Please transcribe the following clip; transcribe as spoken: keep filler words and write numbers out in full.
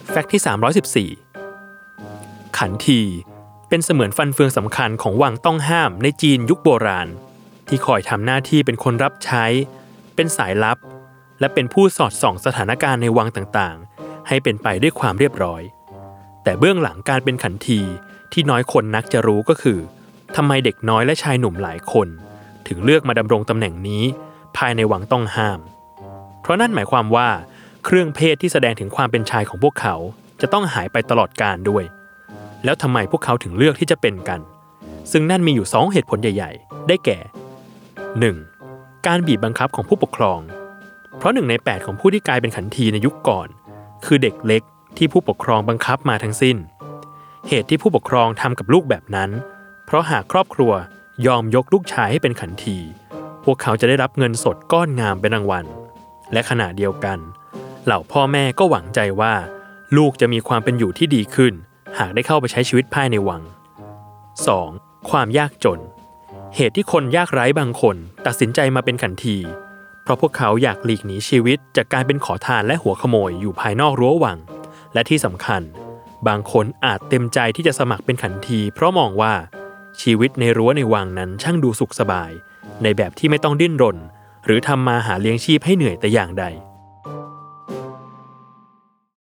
แฟกต์ที่สามร้อยสิบสี่ขันทีเป็นเสมือนฟันเฟืองสำคัญของวังต้องห้ามในจีนยุคโบราณที่คอยทำหน้าที่เป็นคนรับใช้เป็นสายลับและเป็นผู้สอดส่องสถานการณ์ในวังต่างๆให้เป็นไปด้วยความเรียบร้อยแต่เบื้องหลังการเป็นขันทีที่น้อยคนนักจะรู้ก็คือทำไมเด็กน้อยและชายหนุ่มหลายคนถึงเลือกมาดำรงตำแหน่งนี้ภายในวังต้องห้ามเพราะนั่นหมายความว่าเครื่องเพศที่แสดงถึงความเป็นชายของพวกเขาจะต้องหายไปตลอดกาลด้วยแล้วทำไมพวกเขาถึงเลือกที่จะเป็นกันซึ่งนั่นมีอยู่สองเหตุผลใหญ่ๆได้แก่ หนึ่ง. การบีบบังคับของผู้ปกครองเพราะหนึ่งในแปดของผู้ที่กลายเป็นขันทีในยุคก่อนคือเด็กเล็กที่ผู้ปกครองบังคับมาทั้งสิ้นเหตุที่ผู้ปกครองทำกับลูกแบบนั้นเพราะหากครอบครัวยอมยกลูกชายให้เป็นขันทีพวกเขาจะได้รับเงินสดก้อนงามเป็นรางวัลและขณะเดียวกันเหล่าพ่อแม่ก็หวังใจว่าลูกจะมีความเป็นอยู่ที่ดีขึ้นหากได้เข้าไปใช้ชีวิตภายในวัง สอง. ความยากจนเหตุที่คนยากไร้บางคนตัดสินใจมาเป็นขันทีเพราะพวกเขาอยากหลีกหนีชีวิตจากการเป็นขอทานและหัวขโมยอยู่ภายนอกรั้ววังและที่สำคัญบางคนอาจเต็มใจที่จะสมัครเป็นขันทีเพราะมองว่าชีวิตในรั้วในวังนั้นช่างดูสุขสบายในแบบที่ไม่ต้องดิ้นรนหรือทำมาหาเลี้ยงชีพให้เหนื่อยแต่อย่างใด